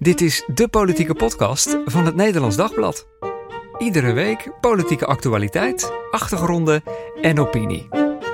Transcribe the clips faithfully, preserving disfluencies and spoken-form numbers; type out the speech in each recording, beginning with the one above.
Dit is de politieke podcast van het Nederlands Dagblad. Iedere week politieke actualiteit, achtergronden en opinie.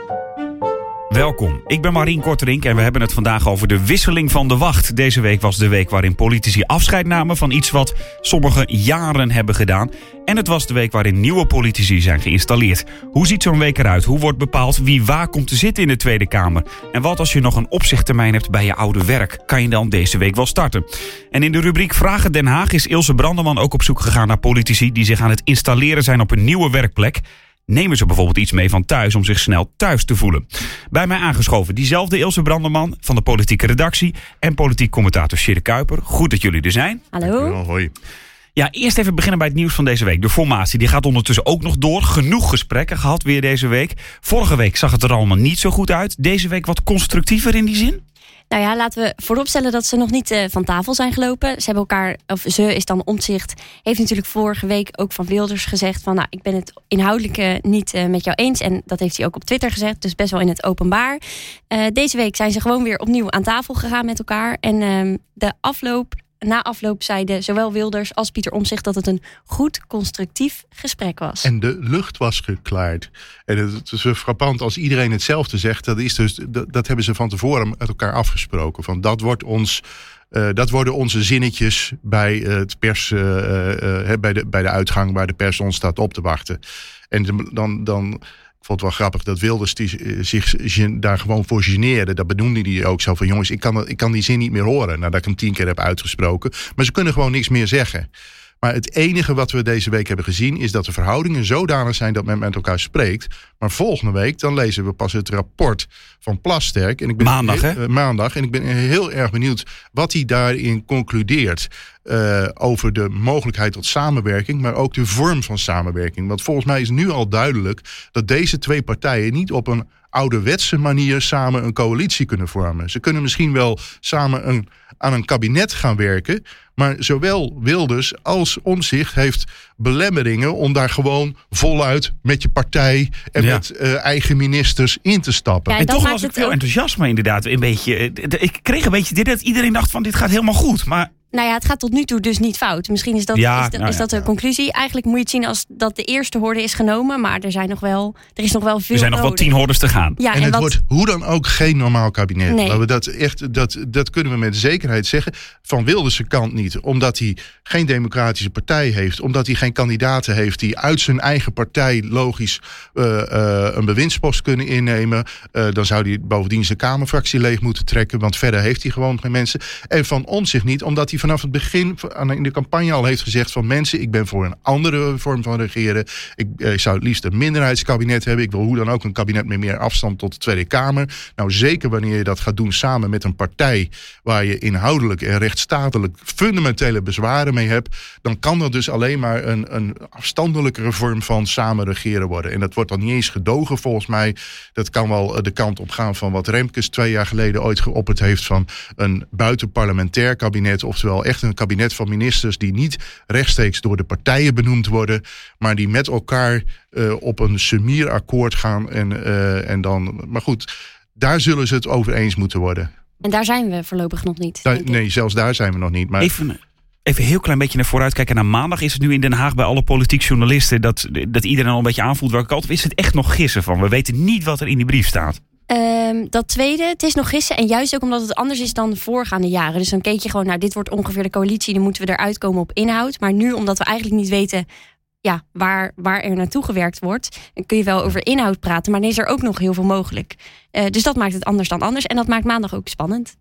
Welkom, ik ben Marien Korterink en we hebben het vandaag over de wisseling van de wacht. Deze week was de week waarin politici afscheid namen van iets wat sommigen jaren hebben gedaan. En het was de week waarin nieuwe politici zijn geïnstalleerd. Hoe ziet zo'n week eruit? Hoe wordt bepaald wie waar komt te zitten in de Tweede Kamer? En wat als je nog een opzichttermijn hebt bij je oude werk? Kan je dan deze week wel starten? En in de rubriek Vragen Den Haag is Ilse Brandeman ook op zoek gegaan naar politici die zich aan het installeren zijn op een nieuwe werkplek. Nemen ze bijvoorbeeld iets mee van thuis om zich snel thuis te voelen? Bij mij aangeschoven diezelfde Ilse Brandeman van de politieke redactie en politiek commentator Sjerre Kuiper. Goed dat jullie er zijn. Hallo. Oh, hoi. Ja, eerst even beginnen bij het nieuws van deze week. De formatie die gaat ondertussen ook nog door. Genoeg gesprekken gehad weer deze week. Vorige week zag het er allemaal niet zo goed uit. Deze week wat constructiever in die zin? Nou ja, laten we vooropstellen dat ze nog niet uh, van tafel zijn gelopen. Ze hebben elkaar, of ze is dan Omtzigt, heeft natuurlijk vorige week ook van Wilders gezegd van, nou, ik ben het inhoudelijke niet uh, met jou eens. En dat heeft hij ook op Twitter gezegd, dus best wel in het openbaar. Uh, deze week zijn ze gewoon weer opnieuw aan tafel gegaan met elkaar. En uh, de afloop, na afloop zeiden zowel Wilders als Pieter Omtzigt dat het een goed constructief gesprek was. En de lucht was geklaard. En het is frappant als iedereen hetzelfde zegt. Dat, is dus, dat, dat hebben ze van tevoren met elkaar afgesproken. Van dat, wordt ons, uh, dat worden onze zinnetjes bij, het pers, uh, uh, bij, de, bij de uitgang waar de pers ons staat op te wachten. En dan... dan Ik vond het wel grappig dat Wilders die zich daar gewoon voor geneerde. Dat benoemde hij ook zo van, jongens, ik kan, ik kan die zin niet meer horen nadat ik hem tien keer heb uitgesproken. Maar ze kunnen gewoon niks meer zeggen. Maar het enige wat we deze week hebben gezien is dat de verhoudingen zodanig zijn dat men met elkaar spreekt. Maar volgende week dan lezen we pas het rapport van Plasterk. En ik ben maandag, heel, hè? Uh, maandag. En ik ben heel erg benieuwd wat hij daarin concludeert. Uh, over de mogelijkheid tot samenwerking, maar ook de vorm van samenwerking. Want volgens mij is nu al duidelijk dat deze twee partijen niet op een ouderwetse manier samen een coalitie kunnen vormen. Ze kunnen misschien wel samen een, aan een kabinet gaan werken, maar zowel Wilders als Omtzigt heeft belemmeringen om daar gewoon voluit met je partij en ja. met uh, eigen ministers in te stappen. Ja, en, en toch was ik ik veel ook... enthousiasme inderdaad. Een beetje, ik kreeg een beetje dit dat iedereen dacht van dit gaat helemaal goed, maar... Nou ja, het gaat tot nu toe dus niet fout. Misschien is dat, ja, is, de, nou is dat ja, de conclusie. Eigenlijk moet je het zien als dat de eerste horde is genomen. Maar er, zijn nog wel, er is nog wel veel Er zijn nog wel tien hordes te gaan. Ja, en, en het wat... wordt hoe dan ook geen normaal kabinet. Nee. We dat, echt, dat, dat kunnen we met zekerheid zeggen. Van Wilders' kant niet. Omdat hij geen democratische partij heeft. Omdat hij geen kandidaten heeft die uit zijn eigen partij logisch uh, uh, een bewindspost kunnen innemen. Uh, dan zou hij bovendien zijn Kamerfractie leeg moeten trekken. Want verder heeft hij gewoon geen mensen. En van Omtzigt niet, omdat hij vanaf het begin in de campagne al heeft gezegd van mensen, ik ben voor een andere vorm van regeren. Ik, ik zou het liefst een minderheidskabinet hebben. Ik wil hoe dan ook een kabinet met meer afstand tot de Tweede Kamer. Nou, zeker wanneer je dat gaat doen samen met een partij waar je inhoudelijk en rechtsstatelijk fundamentele bezwaren mee hebt, dan kan dat dus alleen maar een, een afstandelijkere vorm van samen regeren worden. En dat wordt dan niet eens gedogen volgens mij. Dat kan wel de kant op gaan van wat Remkes twee jaar geleden ooit geopperd heeft van een buitenparlementair kabinet, oftewel echt een kabinet van ministers die niet rechtstreeks door de partijen benoemd worden, maar die met elkaar uh, op een semierakkoord gaan. En, uh, en dan, maar goed, daar zullen ze het over eens moeten worden. En daar zijn we voorlopig nog niet. Daar, nee, zelfs daar zijn we nog niet. Maar Even, even een heel klein beetje naar vooruit kijken. Naar maandag is het nu in Den Haag bij alle politiek journalisten dat, dat iedereen al een beetje aanvoelt welke kant. Of is het echt nog gissen van? We weten niet wat er in die brief staat. Um, dat tweede, het is nog gissen. En juist ook omdat het anders is dan de voorgaande jaren. Dus dan keek je gewoon, nou, dit wordt ongeveer de coalitie. Dan moeten we eruit komen op inhoud. Maar nu, omdat we eigenlijk niet weten ja, waar, waar er naartoe gewerkt wordt, dan kun je wel over inhoud praten. Maar dan is er ook nog heel veel mogelijk. Uh, dus dat maakt het anders dan anders. En dat maakt maandag ook spannend.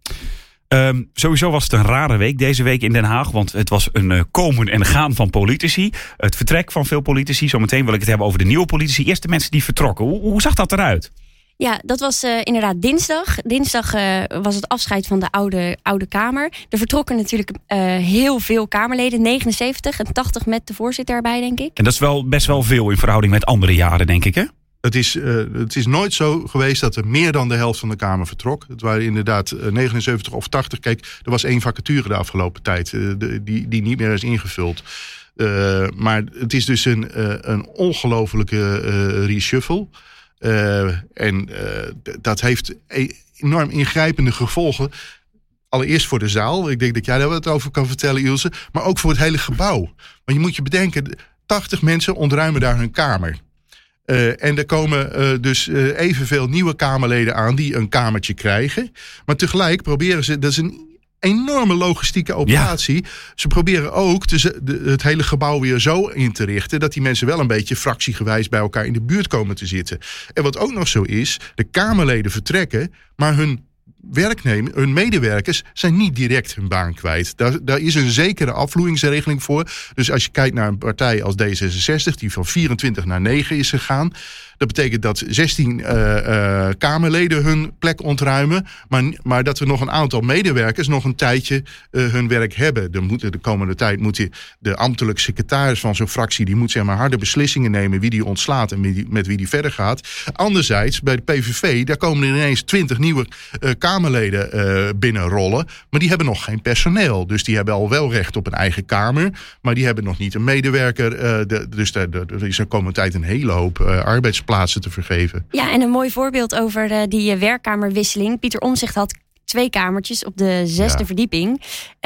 Um, sowieso was het een rare week deze week in Den Haag. Want het was een uh, komen en gaan van politici. Het vertrek van veel politici. Zometeen wil ik het hebben over de nieuwe politici. Eerst de mensen die vertrokken. Hoe, hoe zag dat eruit? Ja, dat was uh, inderdaad dinsdag. Dinsdag uh, was het afscheid van de oude, oude Kamer. Er vertrokken natuurlijk uh, heel veel Kamerleden. negenenzeventig en tachtig met de voorzitter erbij, denk ik. En dat is wel best wel veel in verhouding met andere jaren, denk ik, hè? Het is, uh, het is nooit zo geweest dat er meer dan de helft van de Kamer vertrok. Het waren inderdaad uh, negenenzeventig of tachtig. Kijk, er was één vacature de afgelopen tijd. Uh, de, die, die niet meer is ingevuld. Uh, maar het is dus een, uh, een ongelofelijke uh, reshuffle. Uh, en uh, d- dat heeft enorm ingrijpende gevolgen. allereerst voor de zaal. Ik denk dat jij daar wat over kan vertellen, Ilse. Maar ook voor het hele gebouw. Want je moet je bedenken, tachtig mensen ontruimen daar hun kamer. Uh, en er komen uh, dus uh, evenveel nieuwe Kamerleden aan die een kamertje krijgen. Maar tegelijk proberen ze, dat is een enorme logistieke operatie. Ja. Ze proberen ook de, de, het hele gebouw weer zo in te richten dat die mensen wel een beetje fractiegewijs bij elkaar in de buurt komen te zitten. En wat ook nog zo is, de Kamerleden vertrekken, maar hun werknemers, hun medewerkers zijn niet direct hun baan kwijt. Daar, daar is een zekere afvloeingsregeling voor. Dus als je kijkt naar een partij als D zesenzestig, die van vierentwintig naar negen is gegaan. Dat betekent dat zestien uh, uh, Kamerleden hun plek ontruimen. Maar, maar dat er nog een aantal medewerkers nog een tijdje uh, hun werk hebben. De, moet, de komende tijd moet die, de ambtelijk secretaris van zo'n fractie, die moet zeg maar harde beslissingen nemen wie die ontslaat en met, die, met wie die verder gaat. Anderzijds, bij de P V V, daar komen er ineens twintig nieuwe uh, Kamerleden uh, binnenrollen. Maar die hebben nog geen personeel. Dus die hebben al wel recht op een eigen kamer. Maar die hebben nog niet een medewerker. Uh, de, dus er, er is de komende tijd een hele hoop uh, arbeidsplaatsen te vergeven. Ja, en een mooi voorbeeld over uh, die uh, werkkamerwisseling. Pieter Omtzigt had twee kamertjes op de zesde ja. verdieping.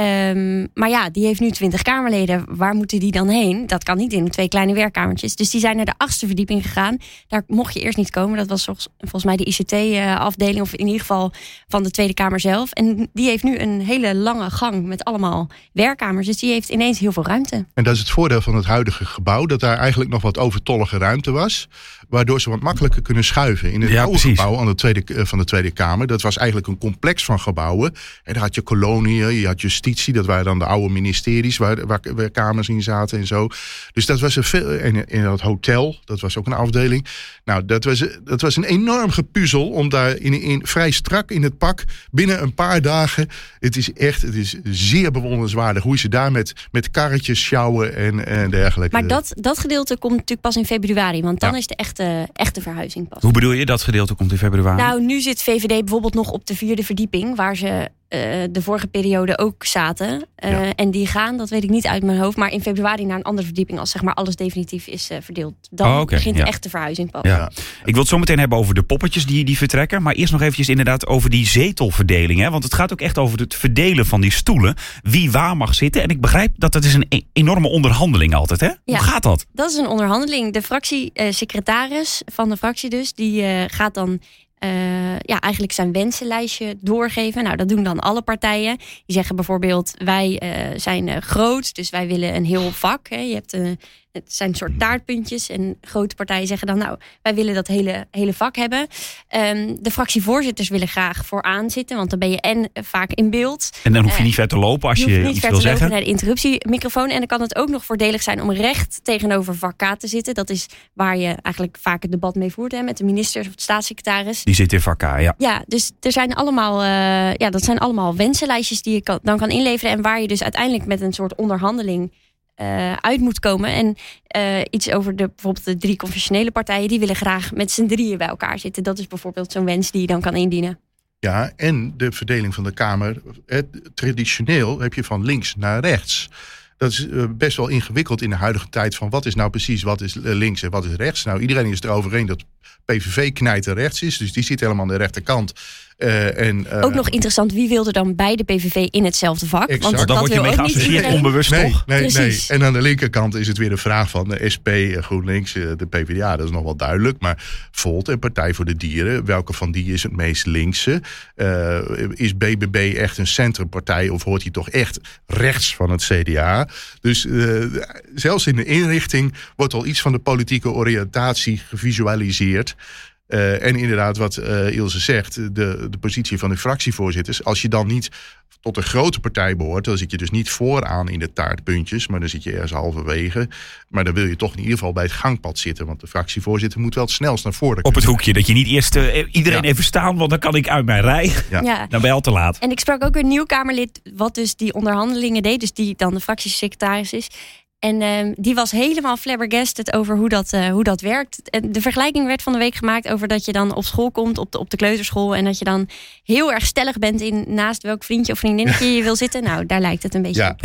Um, maar ja, die heeft nu twintig Kamerleden. Waar moeten die dan heen? Dat kan niet in twee kleine werkkamertjes. Dus die zijn naar de achtste verdieping gegaan. Daar mocht je eerst niet komen. Dat was volgens, volgens mij de I C T-afdeling. Of in ieder geval van de Tweede Kamer zelf. En die heeft nu een hele lange gang met allemaal werkkamers. Dus die heeft ineens heel veel ruimte. En dat is het voordeel van het huidige gebouw. Dat daar eigenlijk nog wat overtollige ruimte was. Waardoor ze wat makkelijker kunnen schuiven. In het ja, oude precies. gebouw aan de tweede, van de Tweede Kamer. Dat was eigenlijk een complex van gebouwen. En daar had je koloniën, je had justitie. Dat waren dan de oude ministeries waar, waar, waar kamers in zaten en zo. Dus dat was een veel. En in dat hotel, dat was ook een afdeling. Nou, dat was, dat was een enorm gepuzzel om daar in, in, vrij strak in het pak binnen een paar dagen. Het is echt, het is zeer bewonderenswaardig hoe ze daar met, met karretjes sjouwen en, en dergelijke. Maar dat, dat gedeelte komt natuurlijk pas in februari, want dan ja. is de echte, echte verhuizing pas. Hoe bedoel je dat gedeelte komt in februari? Nou, nu zit V V D bijvoorbeeld nog op de vierde verdieping, waar ze uh, de vorige periode ook zaten. Uh, ja. En die gaan, dat weet ik niet uit mijn hoofd, maar in februari naar een andere verdieping, als zeg maar alles definitief is uh, verdeeld. Dan oh, okay. begint ja. de echte verhuizing pas. Ja. Ik wil het zo meteen hebben over de poppetjes die, die vertrekken. Maar eerst nog eventjes inderdaad over die zetelverdeling. Hè? Want het gaat ook echt over het verdelen van die stoelen. Wie waar mag zitten. En ik begrijp dat dat is een e- enorme onderhandeling altijd. Hè? Ja, hoe gaat dat? Dat is een onderhandeling. De fractiesecretaris uh, van de fractie dus, die uh, gaat dan Uh, ja, eigenlijk zijn wensenlijstje doorgeven. Nou, dat doen dan alle partijen. Die zeggen bijvoorbeeld, wij uh, zijn uh, groot, dus wij willen een heel vak. Hè. Je hebt, uh, het zijn een soort taartpuntjes. En grote partijen zeggen dan, nou, wij willen dat hele, hele vak hebben. Um, de fractievoorzitters willen graag vooraan zitten, want dan ben je en uh, vaak in beeld. En dan hoef je uh, niet ver te lopen als je, je iets wil zeggen. Je hoeft niet ver te lopen naar de interruptiemicrofoon. En dan kan het ook nog voordelig zijn om recht tegenover vak K te zitten. Dat is waar je eigenlijk vaak het debat mee voert, hè, met de ministers of de staatssecretaris. Die zit in vak K, ja. Ja, dus er zijn allemaal, uh, ja, dat zijn allemaal wensenlijstjes die je kan, dan kan inleveren. En waar je dus uiteindelijk met een soort onderhandeling uh, uit moet komen. En uh, iets over de, bijvoorbeeld de drie confessionele partijen, die willen graag met z'n drieën bij elkaar zitten. Dat is bijvoorbeeld zo'n wens die je dan kan indienen. Ja, en de verdeling van de Kamer. Het, traditioneel heb je van links naar rechts. Dat is best wel ingewikkeld in de huidige tijd van wat is nou precies, wat is links en wat is rechts. Nou, iedereen is erover eens dat P V V knijter rechts is, dus die zit helemaal aan de rechterkant. Uh, en, uh, ook nog interessant, wie wilde dan bij de P V V in hetzelfde vak? Exact. Want dan word je mee geassocieerd onbewust, nee, toch? Nee, nee. En aan de linkerkant is het weer de vraag van de S P, GroenLinks, de P v d A. Dat is nog wel duidelijk. Maar Volt en Partij voor de Dieren, welke van die is het meest linkse? Uh, is B B B echt een centrumpartij of hoort hij toch echt rechts van het C D A? Dus uh, zelfs in de inrichting wordt al iets van de politieke oriëntatie gevisualiseerd. Uh, en inderdaad, wat uh, Ilse zegt, de, de positie van de fractievoorzitters. Als je dan niet tot een grote partij behoort, dan zit je dus niet vooraan in de taartpuntjes, maar dan zit je ergens halverwege. Maar dan wil je toch in ieder geval bij het gangpad zitten, want de fractievoorzitter moet wel het snelst naar voren komen. Op het hoekje, dat je niet eerst uh, iedereen ja. even staan, want dan kan ik uit mijn rij. Ja. Ja. Dan ben je al te laat. En ik sprak ook een nieuw Kamerlid, wat dus die onderhandelingen deed, dus die dan de fractiesecretaris is. En uh, die was helemaal flabbergasted over hoe dat, uh, hoe dat werkt. En de vergelijking werd van de week gemaakt over dat je dan op school komt, op de, op de kleuterschool. En dat je dan heel erg stellig bent in naast welk vriendje of vriendinnetje je wil zitten. Nou, daar lijkt het een beetje ja. op. Ja.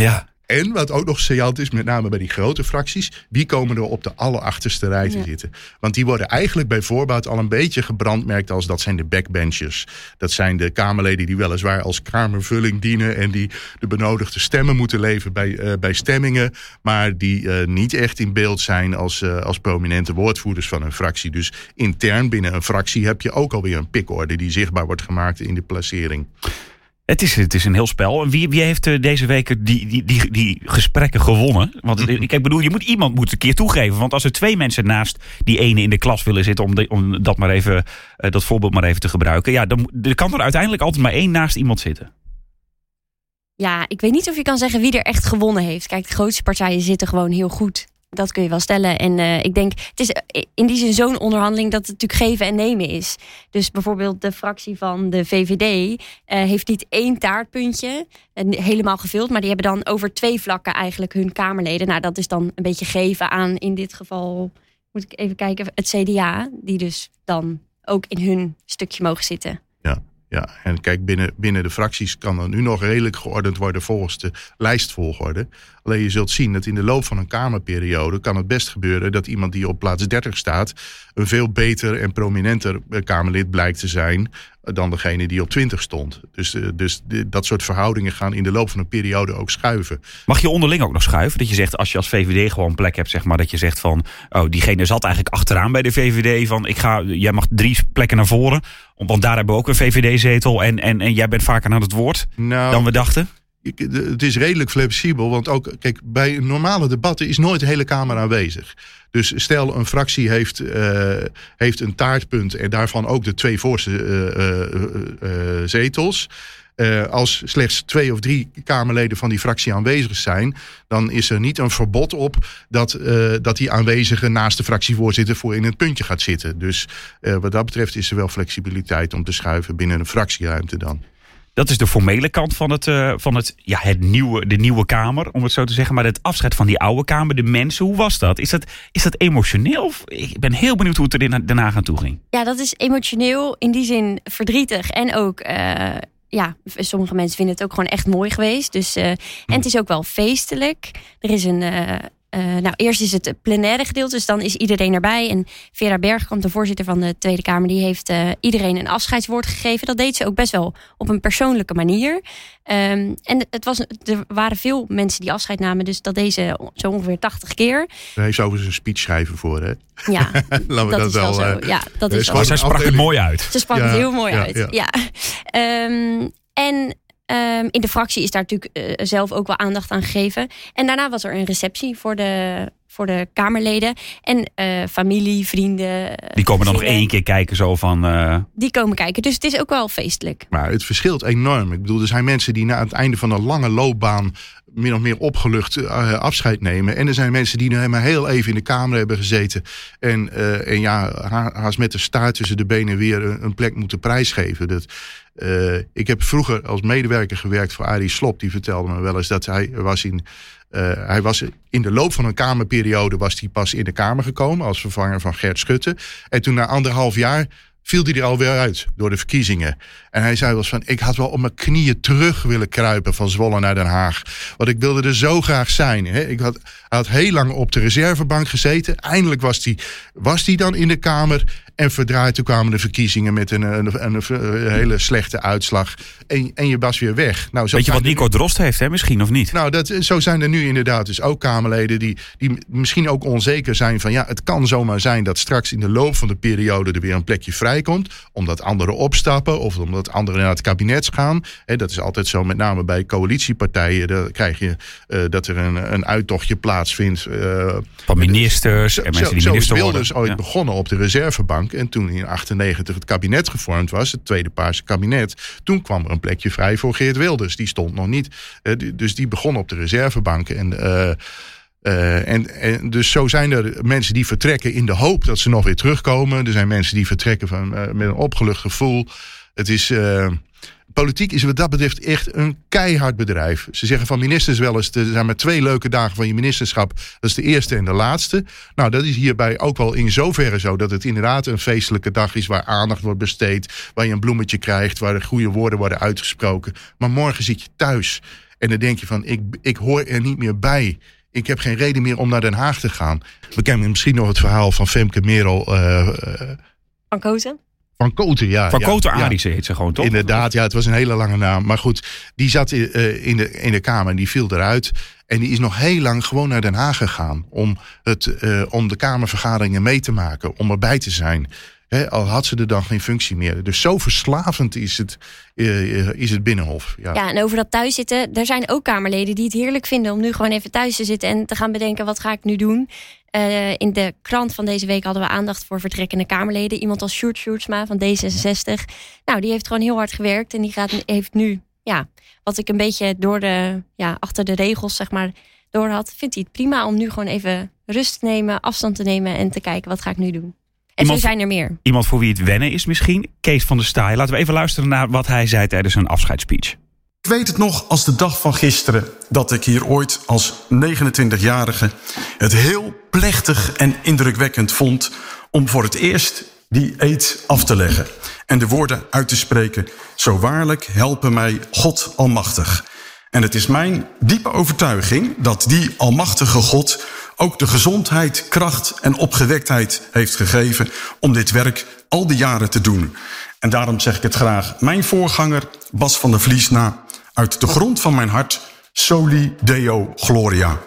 En wat ook nog saillant is, met name bij die grote fracties, wie komen er op de allerachterste rij te Ja. zitten? Want die worden eigenlijk bij voorbaat al een beetje gebrandmerkt als dat zijn de backbenchers. Dat zijn de Kamerleden die weliswaar als kamervulling dienen en die de benodigde stemmen moeten leveren bij, uh, bij stemmingen, maar die uh, niet echt in beeld zijn als, uh, als prominente woordvoerders van een fractie. Dus intern binnen een fractie heb je ook alweer een pikorde die zichtbaar wordt gemaakt in de placering. Het is, het is een heel spel. Wie, wie heeft uh, deze week die, die, die, die gesprekken gewonnen? Want ik, ik bedoel, je moet, iemand moet een keer toegeven. Want als er twee mensen naast die ene in de klas willen zitten, om, de, om dat, maar even, uh, dat voorbeeld maar even te gebruiken, ja, dan er kan er uiteindelijk altijd maar één naast iemand zitten. Ja, ik weet niet of je kan zeggen wie er echt gewonnen heeft. Kijk, de grootste partijen zitten gewoon heel goed. Dat kun je wel stellen. En uh, ik denk, het is in die zin zo'n onderhandeling dat het natuurlijk geven en nemen is. Dus bijvoorbeeld de fractie van de V V D uh, heeft niet één taartpuntje uh, helemaal gevuld, maar die hebben dan over twee vlakken eigenlijk hun Kamerleden. Nou, dat is dan een beetje geven aan, in dit geval, moet ik even kijken, het C D A, die dus dan ook in hun stukje mogen zitten. Ja. Ja, en kijk, binnen, binnen de fracties kan er nu nog redelijk geordend worden volgens de lijstvolgorde. Alleen je zult zien dat in de loop van een Kamerperiode kan het best gebeuren dat iemand die op plaats dertig staat een veel beter en prominenter Kamerlid blijkt te zijn dan degene die op twintig stond. Dus, dus dat soort verhoudingen gaan in de loop van een periode ook schuiven. Mag je onderling ook nog schuiven? Dat je zegt, als je als V V D gewoon een plek hebt, zeg maar, dat je zegt van, oh, diegene zat eigenlijk achteraan bij de V V D, van ik ga, jij mag drie plekken naar voren, want daar hebben we ook een V V D-zetel en, en, en jij bent vaker aan het woord nou, dan we dachten. Het is redelijk flexibel, want ook, kijk, bij normale debatten is nooit de hele Kamer aanwezig. Dus stel een fractie heeft, uh, heeft een taartpunt en daarvan ook de twee voorste uh, uh, uh, zetels. Uh, als slechts twee of drie Kamerleden van die fractie aanwezig zijn, dan is er niet een verbod op dat, uh, dat die aanwezige naast de fractievoorzitter voor in het puntje gaat zitten. Dus uh, wat dat betreft is er wel flexibiliteit om te schuiven binnen een fractieruimte dan. Dat is de formele kant van, het, uh, van het, ja, het nieuwe, de nieuwe Kamer, om het zo te zeggen. Maar het afscheid van die oude Kamer, de mensen, hoe was dat? Is dat, is dat emotioneel? Ik ben heel benieuwd hoe het er in Den Haag aan toe ging. Ja, dat is emotioneel, in die zin verdrietig. En ook, uh, ja, sommige mensen vinden het ook gewoon echt mooi geweest. Dus, uh, en het is ook wel feestelijk. Er is een... Uh, Uh, nou, eerst is het plenaire gedeelte, dus dan is iedereen erbij. En Vera Bergkamp, de voorzitter van de Tweede Kamer, die heeft uh, iedereen een afscheidswoord gegeven. Dat deed ze ook best wel op een persoonlijke manier. Um, en het was, er waren veel mensen die afscheid namen, dus dat deed ze zo ongeveer tachtig keer. Daar heeft ze overigens een speech schrijven voor, hè? Ja, Laten we dat, dat is wel, wel zo. Ja, dat is maar wel zij zo. sprak het mooi uit. Ze sprak ja, het heel mooi ja, uit, ja. ja. Um, en... Um, in de fractie is daar natuurlijk uh, zelf ook wel aandacht aan gegeven. En daarna was er een receptie voor de, voor de Kamerleden. En uh, familie, vrienden. Die komen dan nog gezinnen, één keer kijken zo van... Uh... Die komen kijken. Dus het is ook wel feestelijk. Maar het verschilt enorm. Ik bedoel, er zijn mensen die na het einde van een lange loopbaan min of meer opgelucht uh, afscheid nemen. En er zijn mensen die nu maar heel even in de Kamer hebben gezeten. En, uh, en ja, haast met de staart tussen de benen weer een, een plek moeten prijsgeven. Dat, uh, ik heb vroeger als medewerker gewerkt voor Arie Slob. Die vertelde me wel eens dat hij was in... Uh, hij was in de loop van een Kamerperiode was hij pas in de Kamer gekomen als vervanger van Gert Schutte. En toen na anderhalf jaar viel hij er alweer uit door de verkiezingen. En hij zei wel eens van, ik had wel op mijn knieën terug willen kruipen van Zwolle naar Den Haag. Want ik wilde er zo graag zijn. Hè. Ik had, hij had heel lang op de reservebank gezeten. Eindelijk was hij was hij dan in de Kamer. En verdraaid, toen kwamen de verkiezingen met een, een, een, een hele slechte uitslag. En, en je was weer weg. Nou, zo Weet je wat er Nico nu, Drost heeft, hè? Misschien of niet? Nou, dat, zo zijn er nu inderdaad dus ook Kamerleden die, die misschien ook onzeker zijn van... ja, het kan zomaar zijn dat straks in de loop van de periode er weer een plekje vrijkomt. Omdat anderen opstappen of omdat anderen naar het kabinet gaan. He, dat is altijd zo, met name bij coalitiepartijen. Dan krijg je uh, dat er een, een uittochtje plaatsvindt. Uh, van ministers en mensen die zo minister is worden. Wilders ooit Ja. begonnen op de reservebank. En toen in achtennegentig het kabinet gevormd was, het tweede Paarse kabinet, toen kwam er een plekje vrij voor Geert Wilders. Die stond nog niet. Uh, dus die begon op de reservebank. En, uh, uh, en, en dus zo zijn er mensen die vertrekken in de hoop dat ze nog weer terugkomen. Er zijn mensen die vertrekken van, uh, met een opgelucht gevoel. Het is... Uh, Politiek is wat dat betreft echt een keihard bedrijf. Ze zeggen van ministers wel eens, er zijn maar twee leuke dagen van je ministerschap. Dat is de eerste en de laatste. Nou, dat is hierbij ook wel in zoverre zo dat het inderdaad een feestelijke dag is waar aandacht wordt besteed, waar je een bloemetje krijgt, waar de goede woorden worden uitgesproken. Maar morgen zit je thuis. En dan denk je van, ik, ik hoor er niet meer bij. Ik heb geen reden meer om naar Den Haag te gaan. We kennen misschien nog het verhaal van Femke Merel. Uh, van Koten? Van Koten, ja. Van ja, Koten ja. Arissen heet ze gewoon, toch? Inderdaad, ja, het was een hele lange naam. Maar goed, die zat uh, in, de, in de Kamer en die viel eruit. En die is nog heel lang gewoon naar Den Haag gegaan. Om, het, uh, om de Kamervergaderingen mee te maken. Om erbij te zijn. He, al had ze er dan geen functie meer. Dus zo verslavend is het, uh, is het Binnenhof. Ja. ja, en over dat thuiszitten. Er zijn ook Kamerleden die het heerlijk vinden om nu gewoon even thuis te zitten en te gaan bedenken, wat ga ik nu doen? Uh, in de krant van deze week hadden we aandacht voor vertrekkende Kamerleden. Iemand als Sjoerd Sjoerdsma van D zesenzestig. Nou, die heeft gewoon heel hard gewerkt en die gaat, heeft nu, ja, wat ik een beetje door de, ja, achter de regels, zeg maar, door had, vindt hij het prima om nu gewoon even rust te nemen, afstand te nemen en te kijken, wat ga ik nu doen? En iemand, zo zijn er meer. Iemand voor wie het wennen is misschien, Kees van der Staaij. Laten we even luisteren naar wat hij zei tijdens een afscheidsspeech. Ik weet het nog als de dag van gisteren dat ik hier ooit als negenentwintigjarige het heel plechtig en indrukwekkend vond om voor het eerst die eed af te leggen en de woorden uit te spreken: zo waarlijk helpen mij God Almachtig. En het is mijn diepe overtuiging dat die almachtige God ook de gezondheid, kracht en opgewektheid heeft gegeven om dit werk al die jaren te doen. En daarom zeg ik het graag mijn voorganger Bas van der Vlies na, uit de grond van mijn hart: Soli Deo Gloria.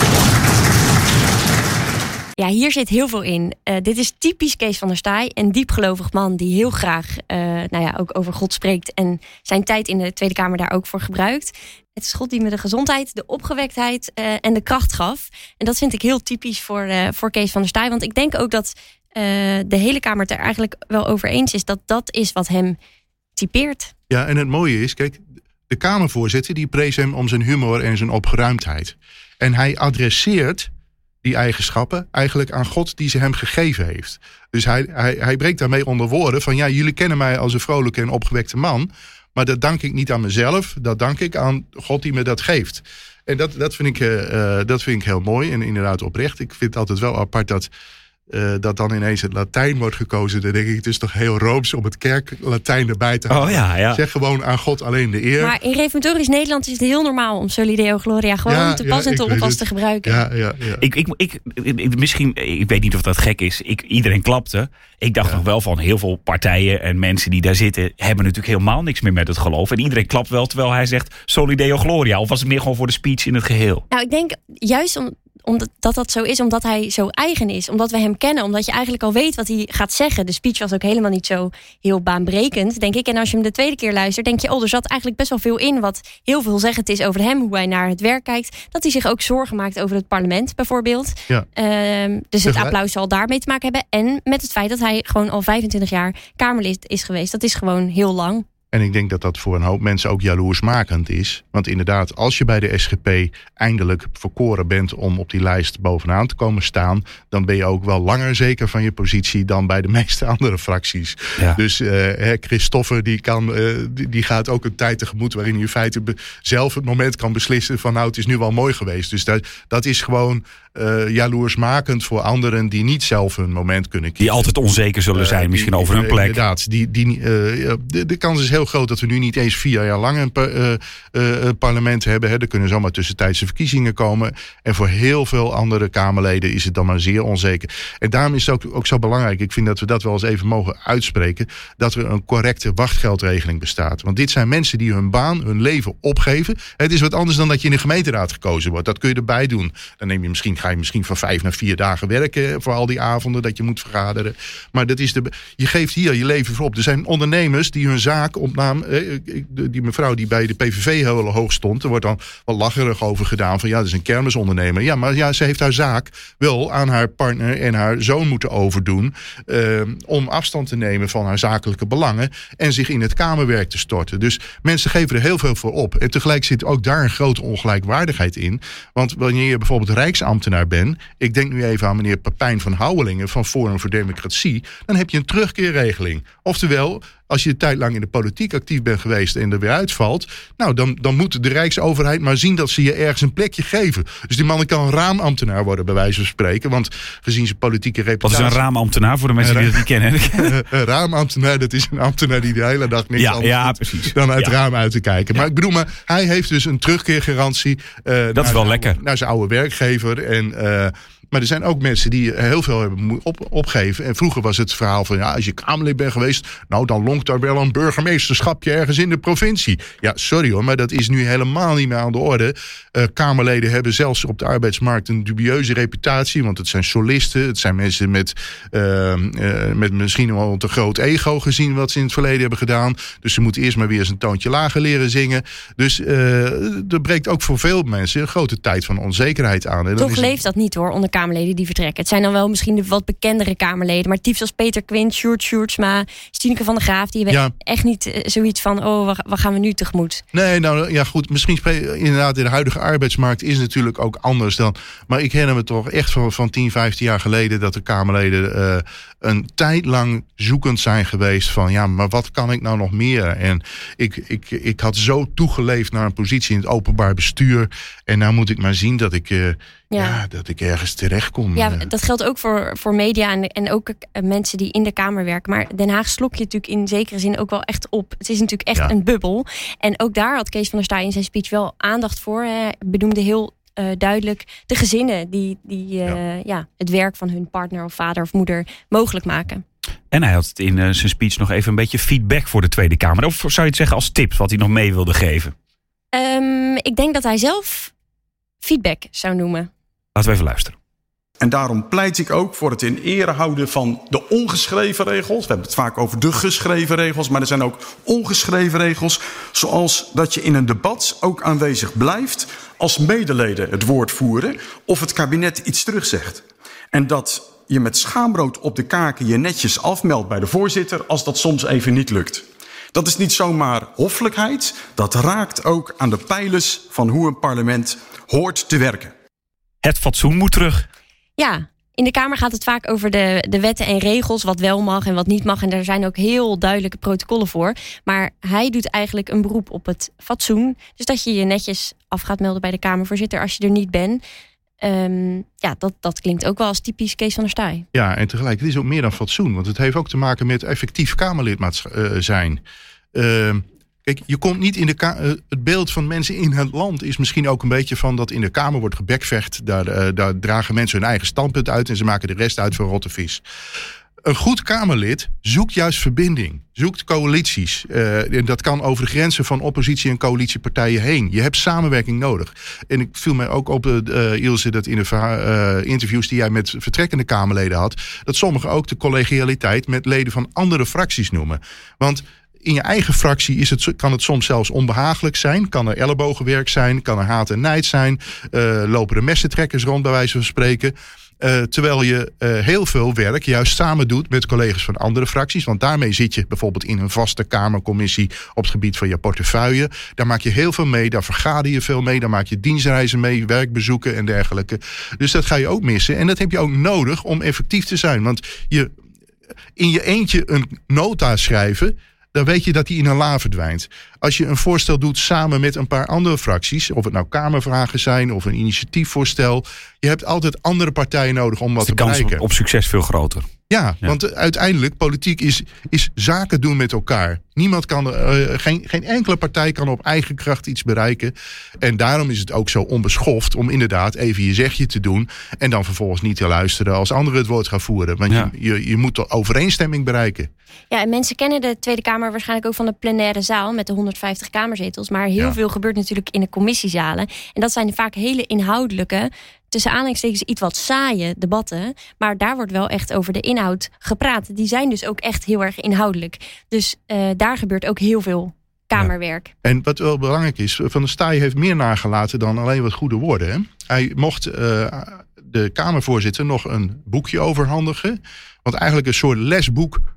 Ja, hier zit heel veel in. Uh, dit is typisch Kees van der Staaij, een diepgelovig man die heel graag uh, nou ja, ook over God spreekt en zijn tijd in de Tweede Kamer daar ook voor gebruikt. Het is God die me de gezondheid, de opgewektheid uh, en de kracht gaf. En dat vind ik heel typisch voor, uh, voor Kees van der Staaij. Want ik denk ook dat uh, de hele Kamer het er eigenlijk wel over eens is dat dat is wat hem typeert. Ja, en het mooie is, kijk, de Kamervoorzitter die prees hem om zijn humor en zijn opgeruimdheid. En hij adresseert die eigenschappen eigenlijk aan God die ze hem gegeven heeft. Dus hij, hij, hij breekt daarmee onder woorden van, ja, jullie kennen mij als een vrolijke en opgewekte man, maar dat dank ik niet aan mezelf, dat dank ik aan God die me dat geeft. En dat, dat, vind ik, uh, dat vind ik heel mooi en inderdaad oprecht. Ik vind het altijd wel apart dat Uh, dat dan ineens het Latijn wordt gekozen. Dan denk ik, het is toch heel rooms om het kerklatijn erbij te halen. Oh, ja, ja. Zeg gewoon aan God alleen de eer. Maar in reformatorisch Nederland is het heel normaal om Soli Deo Gloria gewoon ja, te pas ja, en te onpas te gebruiken. Ja, ja, ja. Ik, ik, ik, ik, misschien, ik weet niet of dat gek is. Ik, iedereen klapte. Ik dacht ja. nog wel van heel veel partijen en mensen die daar zitten hebben natuurlijk helemaal niks meer met het geloof. En iedereen klapt wel terwijl hij zegt Soli Deo Gloria. Of was het meer gewoon voor de speech in het geheel? Nou, ik denk juist om Omdat dat, dat zo is, omdat hij zo eigen is. Omdat we hem kennen, omdat je eigenlijk al weet wat hij gaat zeggen. De speech was ook helemaal niet zo heel baanbrekend, denk ik. En als je hem de tweede keer luistert, denk je, oh, er zat eigenlijk best wel veel in wat heel veelzeggend is over hem, hoe hij naar het werk kijkt. Dat hij zich ook zorgen maakt over het parlement, bijvoorbeeld. Ja. Uh, dus het applaus zal daarmee te maken hebben. En met het feit dat hij gewoon al vijfentwintig jaar Kamerlid is geweest. Dat is gewoon heel lang. En ik denk dat dat voor een hoop mensen ook jaloersmakend is. Want inderdaad, als je bij de S G P eindelijk verkoren bent om op die lijst bovenaan te komen staan, dan ben je ook wel langer zeker van je positie dan bij de meeste andere fracties. Ja. Dus uh, Christoffer die, kan, uh, die, die gaat ook een tijd tegemoet waarin hij in feite be- zelf het moment kan beslissen van nou, het is nu wel mooi geweest. Dus dat, dat is gewoon uh, jaloersmakend voor anderen die niet zelf hun moment kunnen kiezen. Die altijd onzeker zullen zijn, uh, misschien die, over hun plek. Uh, inderdaad, die, die, uh, de, de kans is heel groot dat we nu niet eens vier jaar lang een par, uh, uh, parlement hebben. Hè. Er kunnen zomaar tussentijdse verkiezingen komen. En voor heel veel andere Kamerleden is het dan maar zeer onzeker. En daarom is het ook, ook zo belangrijk, ik vind dat we dat wel eens even mogen uitspreken, dat er een correcte wachtgeldregeling bestaat. Want dit zijn mensen die hun baan, hun leven opgeven. Het is wat anders dan dat je in de gemeenteraad gekozen wordt. Dat kun je erbij doen. Dan neem je misschien, ga je misschien van vijf naar vier dagen werken voor al die avonden dat je moet vergaderen. Maar dat is de, je geeft hier je leven voor op. Er zijn ondernemers die hun zaak op naam, die mevrouw die bij de P V V heel hoog stond, er wordt dan wel lacherig over gedaan van ja, dat is een kermisondernemer. Ja, maar ja, ze heeft haar zaak wel aan haar partner en haar zoon moeten overdoen uh, om afstand te nemen van haar zakelijke belangen en zich in het kamerwerk te storten. Dus mensen geven er heel veel voor op. En tegelijk zit ook daar een grote ongelijkwaardigheid in. Want wanneer je bijvoorbeeld rijksambtenaar bent, ik denk nu even aan meneer Papijn van Houwelingen van Forum voor Democratie, dan heb je een terugkeerregeling. Oftewel, als je een tijd lang in de politiek actief bent geweest en er weer uitvalt, nou, dan, dan moet de Rijksoverheid maar zien dat ze je ergens een plekje geven. Dus die man kan een raamambtenaar worden, bij wijze van spreken. Want gezien zijn politieke reputatie... Wat is een raamambtenaar voor de mensen die dat niet kennen? Een raamambtenaar, dat is een ambtenaar die de hele dag niks ja, anders ja, doet precies. dan uit ja. het raam uit te kijken. Maar ja. ik bedoel, maar hij heeft dus een terugkeergarantie. Uh, dat is wel zijn, lekker. Naar zijn oude werkgever. En, uh, maar er zijn ook mensen die heel veel hebben moeten op, opgeven. En vroeger was het verhaal van, ja, als je Kamerlid bent geweest, nou, dan lonkt daar wel een burgemeesterschapje ergens in de provincie. Ja, sorry hoor, maar dat is nu helemaal niet meer aan de orde. Uh, Kamerleden hebben zelfs op de arbeidsmarkt een dubieuze reputatie, want het zijn solisten, het zijn mensen met, uh, uh, met misschien wel een te groot ego gezien wat ze in het verleden hebben gedaan. Dus ze moeten eerst maar weer eens een toontje lager leren zingen. Dus uh, er breekt ook voor veel mensen een grote tijd van onzekerheid aan. En dan Toch is leeft het... dat niet hoor, onder Kamerleden die vertrekken. Het zijn dan wel misschien de wat bekendere Kamerleden, maar types als Peter Quint, Sjoerd Sjoerdsma, Stineke van der Graaf, die hebben ja. echt niet uh, zoiets van, oh, wat, wat gaan we nu tegemoet? Nee, nou ja goed, misschien spreek, inderdaad in de huidige arbeidsmarkt is natuurlijk ook anders dan, maar ik herinner me toch echt van, van tien, vijftien jaar geleden dat de Kamerleden uh, een tijd lang zoekend zijn geweest van, ja, maar wat kan ik nou nog meer? En ik, ik, ik had zo toegeleefd naar een positie in het openbaar bestuur en nou moet ik maar zien dat ik, uh, ja. Ja, dat ik ergens terecht kom. Ja, dat geldt ook voor, voor media en, en ook uh, mensen die in de Kamer werken. Maar Den Haag slok je natuurlijk in zekere zin ook wel echt op. Het is natuurlijk echt ja. een bubbel. En ook daar had Kees van der Staaij in zijn speech wel aandacht voor. Hij benoemde heel uh, duidelijk de gezinnen die, die uh, ja. Ja, het werk van hun partner of vader of moeder mogelijk maken. En hij had in uh, zijn speech nog even een beetje feedback voor de Tweede Kamer. Of zou je het zeggen als tips wat hij nog mee wilde geven? Um, ik denk dat hij zelf feedback zou noemen. Laten we even luisteren. En daarom pleit ik ook voor het in ere houden van de ongeschreven regels. We hebben het vaak over de geschreven regels, maar er zijn ook ongeschreven regels. Zoals dat je in een debat ook aanwezig blijft als medeleden het woord voeren of het kabinet iets terugzegt. En dat je met schaamrood op de kaken je netjes afmeldt bij de voorzitter als dat soms even niet lukt. Dat is niet zomaar hoffelijkheid, dat raakt ook aan de pijlers van hoe een parlement hoort te werken. Het fatsoen moet terug. Ja, in de Kamer gaat het vaak over de, de wetten en regels, wat wel mag en wat niet mag. En daar zijn ook heel duidelijke protocollen voor. Maar hij doet eigenlijk een beroep op het fatsoen. Dus dat je je netjes af gaat melden bij de Kamervoorzitter als je er niet bent. Um, ja, dat, dat klinkt ook wel als typisch Kees van der Staaij. Ja, en tegelijk, het is ook meer dan fatsoen. Want het heeft ook te maken met effectief Kamerlid uh, zijn. Uh, Kijk, je komt niet in de ka- uh, het beeld van mensen in het land is misschien ook een beetje van dat in de Kamer wordt gebekvecht. Daar, uh, daar dragen mensen hun eigen standpunt uit en ze maken de rest uit voor rotte vis. Een goed Kamerlid zoekt juist verbinding, zoekt coalities. Uh, en dat kan over de grenzen van oppositie- en coalitiepartijen heen. Je hebt samenwerking nodig. En ik viel mij ook op, uh, Ilse, dat in de uh, interviews die jij met vertrekkende Kamerleden had, dat sommigen ook de collegialiteit met leden van andere fracties noemen. Want in je eigen fractie is het, kan het soms zelfs onbehagelijk zijn. Kan er ellebogenwerk zijn, kan er haat en nijd zijn. Uh, lopen er messentrekkers rond, bij wijze van spreken. Uh, terwijl je uh, heel veel werk juist samen doet met collega's van andere fracties. Want daarmee zit je bijvoorbeeld in een vaste Kamercommissie op het gebied van je portefeuille. Daar maak je heel veel mee, daar vergader je veel mee. Daar maak je dienstreizen mee, werkbezoeken en dergelijke. Dus dat ga je ook missen. En dat heb je ook nodig om effectief te zijn. Want je in je eentje een nota schrijven, dan weet je dat die in een la verdwijnt. Als je een voorstel doet samen met een paar andere fracties, of het nou Kamervragen zijn of een initiatiefvoorstel, je hebt altijd andere partijen nodig om wat te bereiken. De kans op succes veel groter. Ja, ja, want uiteindelijk, politiek is, is zaken doen met elkaar. Niemand kan, uh, geen, geen enkele partij kan op eigen kracht iets bereiken. En daarom is het ook zo onbeschoft om inderdaad even je zegje te doen en dan vervolgens niet te luisteren als anderen het woord gaan voeren. Want ja. je, je, je moet de overeenstemming bereiken. Ja, en mensen kennen de Tweede Kamer waarschijnlijk ook van de plenaire zaal met de honderdvijftig kamerzetels. Maar heel ja. veel gebeurt natuurlijk in de commissiezalen. En dat zijn vaak hele inhoudelijke, tussen aanhalingstekens iets wat saaie debatten. Maar daar wordt wel echt over de inhoud gepraat. Die zijn dus ook echt heel erg inhoudelijk. Dus uh, daar gebeurt ook heel veel kamerwerk. Ja. En wat wel belangrijk is, Van der Staaij heeft meer nagelaten dan alleen wat goede woorden. Hè? Hij mocht uh, de Kamervoorzitter nog een boekje overhandigen. Want eigenlijk een soort lesboek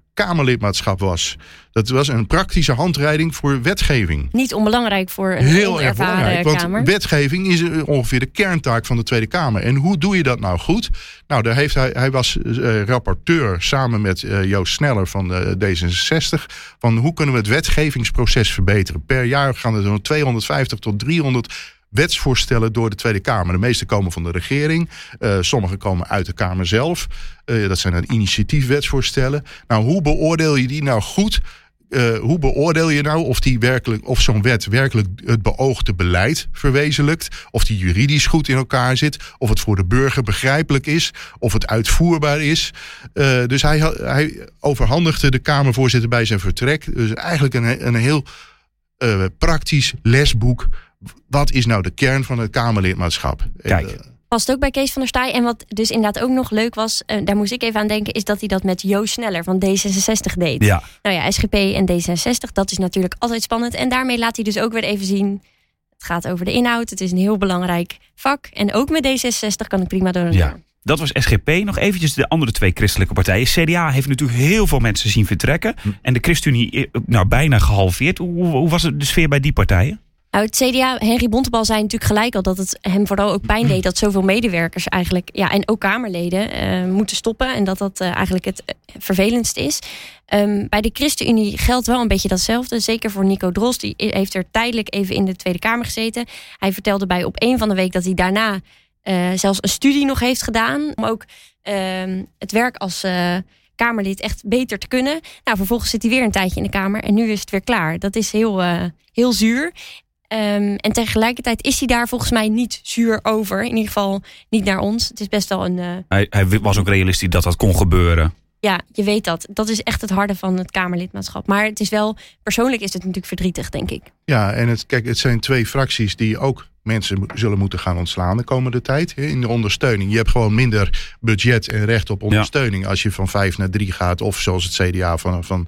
Kamerlidmaatschap was. Dat was een praktische handleiding voor wetgeving. Niet onbelangrijk voor een Heel erg belangrijk, want Kamer. wetgeving is ongeveer de kerntaak van de Tweede Kamer. En hoe doe je dat nou goed? Nou, daar heeft hij, hij was uh, rapporteur samen met uh, Joost Sneller van uh, D zesenzestig... van hoe kunnen we het wetgevingsproces verbeteren. Per jaar gaan er zo'n tweehonderdvijftig tot driehonderd wetsvoorstellen door de Tweede Kamer. De meeste komen van de regering. Uh, sommige komen uit de Kamer zelf. Uh, dat zijn dan initiatiefwetsvoorstellen. Nou, hoe beoordeel je die nou goed? Uh, hoe beoordeel je nou of, die werkelijk, of zo'n wet werkelijk het beoogde beleid verwezenlijkt? Of die juridisch goed in elkaar zit? Of het voor de burger begrijpelijk is? Of het uitvoerbaar is? Uh, dus hij, hij overhandigde de Kamervoorzitter bij zijn vertrek. Dus eigenlijk een, een heel uh, praktisch lesboek. Wat is nou de kern van het Kamerlidmaatschap? Kijk. En, uh, Past ook bij Kees van der Staaij. En wat dus inderdaad ook nog leuk was, uh, daar moest ik even aan denken, is dat hij dat met Joost Sneller van D zesenzestig deed. Ja. Nou ja, S G P en D zesenzestig, dat is natuurlijk altijd spannend. En daarmee laat hij dus ook weer even zien, het gaat over de inhoud. Het is een heel belangrijk vak. En ook met D zesenzestig kan ik prima door een Ja. Dat was S G P. Nog eventjes de andere twee christelijke partijen. C D A heeft natuurlijk heel veel mensen zien vertrekken. Hm. En de ChristenUnie nou, bijna gehalveerd. Hoe, hoe was het de sfeer bij die partijen? Nou, het C D A, Henry Bontebal zei natuurlijk gelijk al dat het hem vooral ook pijn deed dat zoveel medewerkers eigenlijk, ja, en ook Kamerleden uh, moeten stoppen. En dat dat uh, eigenlijk het uh, vervelendste is. Um, bij de ChristenUnie geldt wel een beetje datzelfde. Zeker voor Nico Drost. Die heeft er tijdelijk even in de Tweede Kamer gezeten. Hij vertelde bij Op één van de Week dat hij daarna uh, zelfs een studie nog heeft gedaan. Om ook uh, het werk als uh, Kamerlid echt beter te kunnen. Nou, vervolgens zit hij weer een tijdje in de Kamer. En nu is het weer klaar. Dat is heel, uh, heel zuur. Um, en tegelijkertijd is hij daar volgens mij niet zuur over. In ieder geval niet naar ons. Het is best wel een... Uh... Hij, hij was ook realistisch dat dat kon gebeuren. Ja, je weet dat. Dat is echt het harde van het Kamerlidmaatschap. Maar het is wel, persoonlijk is het natuurlijk verdrietig, denk ik. Ja, en het, kijk, het zijn twee fracties die ook mensen zullen moeten gaan ontslaan de komende tijd. In de ondersteuning. Je hebt gewoon minder budget en recht op ondersteuning. Ja. Als je van vijf naar drie gaat. Of zoals het C D A van... van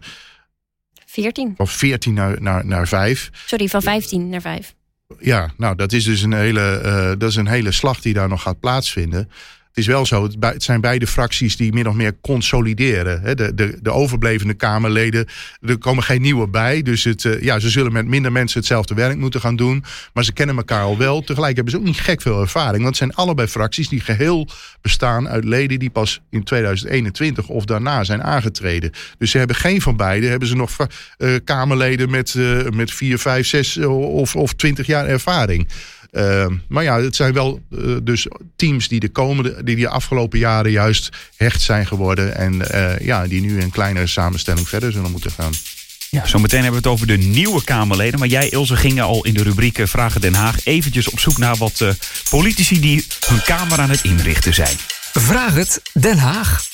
veertien. Van veertien naar, naar, naar vijf. Sorry, van vijftien naar vijf. Ja, nou dat is dus een hele, uh, dat is een hele slag die daar nog gaat plaatsvinden. Het is wel zo, het zijn beide fracties die min of meer consolideren. De, de, de overblevende Kamerleden, er komen geen nieuwe bij. Dus het, ja, ze zullen met minder mensen hetzelfde werk moeten gaan doen. Maar ze kennen elkaar al wel. Tegelijk hebben ze ook niet gek veel ervaring. Want het zijn allebei fracties die geheel bestaan uit leden die pas in tweeduizend eenentwintig of daarna zijn aangetreden. Dus ze hebben geen van beide. Hebben ze nog uh, Kamerleden met, uh, met vier, vijf, zes of, of twintig jaar ervaring. Uh, maar ja, het zijn wel uh, dus teams die de komende, die de afgelopen jaren juist hecht zijn geworden. En uh, ja, die nu in een kleinere samenstelling verder zullen moeten gaan. Ja, zometeen hebben we het over de nieuwe Kamerleden. Maar jij, Ilse, ging al in de rubriek Vragen Den Haag eventjes op zoek naar wat uh, politici die hun Kamer aan het inrichten zijn. Vraag het Den Haag.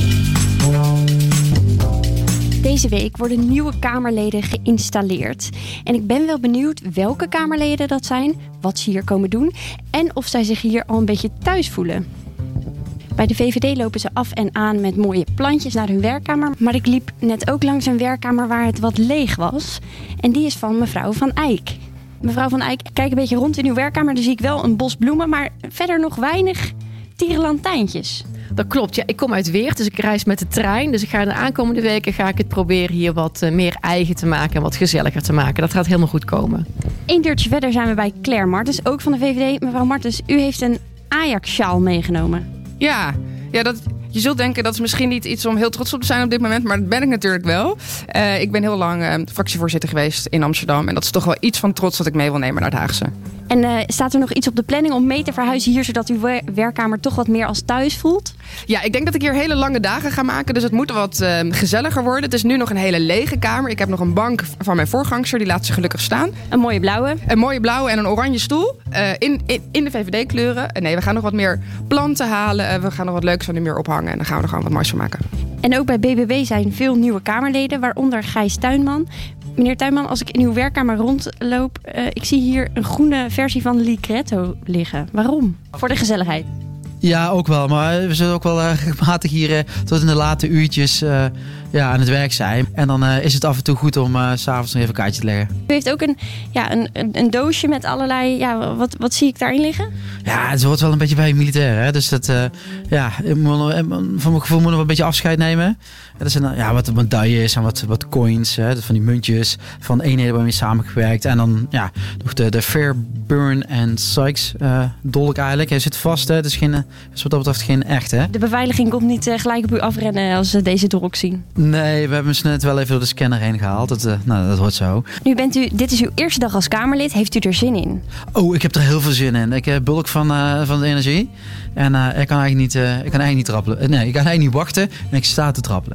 Deze week worden nieuwe Kamerleden geïnstalleerd. En ik ben wel benieuwd welke Kamerleden dat zijn, wat ze hier komen doen en of zij zich hier al een beetje thuis voelen. Bij de V V D lopen ze af en aan met mooie plantjes naar hun werkkamer. Maar ik liep net ook langs een werkkamer waar het wat leeg was. En die is van mevrouw Van Eyck. Mevrouw Van Eyck, kijk een beetje rond in uw werkkamer. Dan zie ik wel een bos bloemen, maar verder nog weinig tierenlantijntjes. Dat klopt, ja. Ik kom uit Weert, dus ik reis met de trein. Dus ik ga de aankomende weken ga ik het proberen hier wat uh, meer eigen te maken en wat gezelliger te maken. Dat gaat helemaal goed komen. Eén deurtje verder zijn we bij Claire Martens, ook van de V V D. Mevrouw Martens, u heeft een Ajax-sjaal meegenomen. Ja, ja dat, je zult denken dat is misschien niet iets om heel trots op te zijn op dit moment, maar dat ben ik natuurlijk wel. Uh, ik ben heel lang uh, fractievoorzitter geweest in Amsterdam en dat is toch wel iets van trots dat ik mee wil nemen naar het Haagse. En uh, staat er nog iets op de planning om mee te verhuizen hier, zodat uw werkkamer toch wat meer als thuis voelt? Ja, ik denk dat ik hier hele lange dagen ga maken, dus het moet wat uh, gezelliger worden. Het is nu nog een hele lege kamer. Ik heb nog een bank van mijn voorgangster, die laat ze gelukkig staan. Een mooie blauwe. Een mooie blauwe en een oranje stoel uh, in, in, in de V V D-kleuren. Uh, nee, we gaan nog wat meer planten halen. Uh, we gaan nog wat leuks aan de muur ophangen en dan gaan we er gewoon wat moois van maken. En ook bij B B B zijn veel nieuwe Kamerleden, waaronder Gijs Tuinman. Meneer Tuinman, als ik in uw werkkamer rondloop, uh, ik zie hier een groene versie van Ligretto liggen. Waarom? Voor de gezelligheid. Ja, ook wel. Maar we zullen ook wel uh, regelmatig hier uh, tot in de late uurtjes uh, ja, aan het werk zijn. En dan uh, is het af en toe goed om uh, 's avonds nog even een kaartje te leggen. U heeft ook een, ja, een, een, een doosje met allerlei... Ja, wat, wat zie ik daarin liggen? Ja, het hoort wel een beetje bij militair. Hè? Dus dat, uh, ja, van mijn gevoel moet nog een beetje afscheid nemen. Dat zijn ja, wat medailles en wat, wat coins, hè? Van die muntjes van eenheden waarmee samengewerkt. En dan ja, nog de, de Fairburn en Sykes uh, dolk eigenlijk. Hij zit vast, hè? Het is, geen, is wat dat betreft geen echt, hè? De beveiliging komt niet uh, gelijk op u afrennen als ze deze dolk zien? Nee, we hebben ze net wel even door de scanner heen gehaald. Dat, uh, nou, dat hoort zo. Nu bent u, dit is uw eerste dag als Kamerlid. Heeft u er zin in? Oh, ik heb er heel veel zin in. Ik heb bulk van, uh, van de energie. En uh, ik kan eigenlijk niet, uh, ik kan eigenlijk niet trappelen. Nee, ik kan eigenlijk niet wachten en ik sta te trappelen.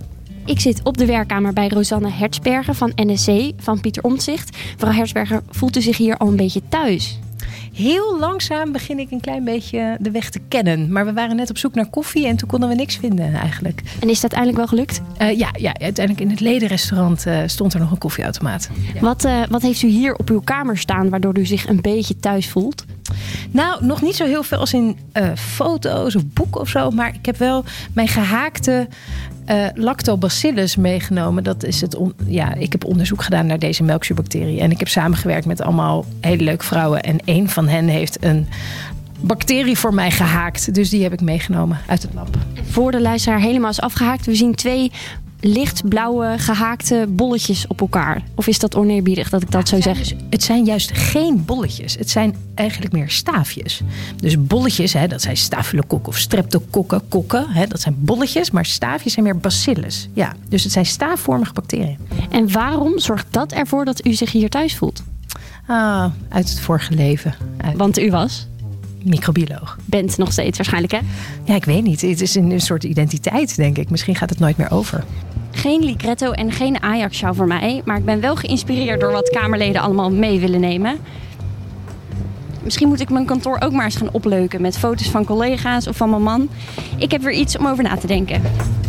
Ik zit op de werkkamer bij Rosanne Hertzberger van N S C van Pieter Omtzigt. Mevrouw Hertzberger, voelt u zich hier al een beetje thuis? Heel langzaam begin ik een klein beetje de weg te kennen. Maar we waren net op zoek naar koffie en toen konden we niks vinden eigenlijk. En is dat uiteindelijk wel gelukt? Uh, ja, ja, uiteindelijk in het ledenrestaurant uh, stond er nog een koffieautomaat. Ja. Wat, uh, wat heeft u hier op uw kamer staan waardoor u zich een beetje thuis voelt? Nou, nog niet zo heel veel als in uh, foto's of boeken of zo. Maar ik heb wel mijn gehaakte uh, lactobacillus meegenomen. Dat is het on- ja, ik heb onderzoek gedaan naar deze melkzuurbacterie. En ik heb samengewerkt met allemaal hele leuke vrouwen. En één van hen heeft een bacterie voor mij gehaakt. Dus die heb ik meegenomen uit het lab. Voor de luisteraar helemaal is afgehaakt. We zien twee lichtblauwe gehaakte bolletjes op elkaar. Of is dat oneerbiedig dat ik dat zo zeg? Dus, het zijn juist geen bolletjes. Het zijn eigenlijk meer staafjes. Dus bolletjes, hè, dat zijn staphylokokken of streptokokken, kokken. Hè, dat zijn bolletjes, maar staafjes zijn meer bacillus. Ja, dus het zijn staafvormige bacteriën. En waarom zorgt dat ervoor dat u zich hier thuis voelt? Ah, uit het vorige leven. Uit... Want u was? Microbioloog. Bent nog steeds waarschijnlijk, hè? Ja, ik weet niet. Het is een, een soort identiteit, denk ik. Misschien gaat het nooit meer over. Geen Ligretto en geen Ajax-sjaal voor mij. Maar ik ben wel geïnspireerd door wat Kamerleden allemaal mee willen nemen. Misschien moet ik mijn kantoor ook maar eens gaan opleuken met foto's van collega's of van mijn man. Ik heb weer iets om over na te denken.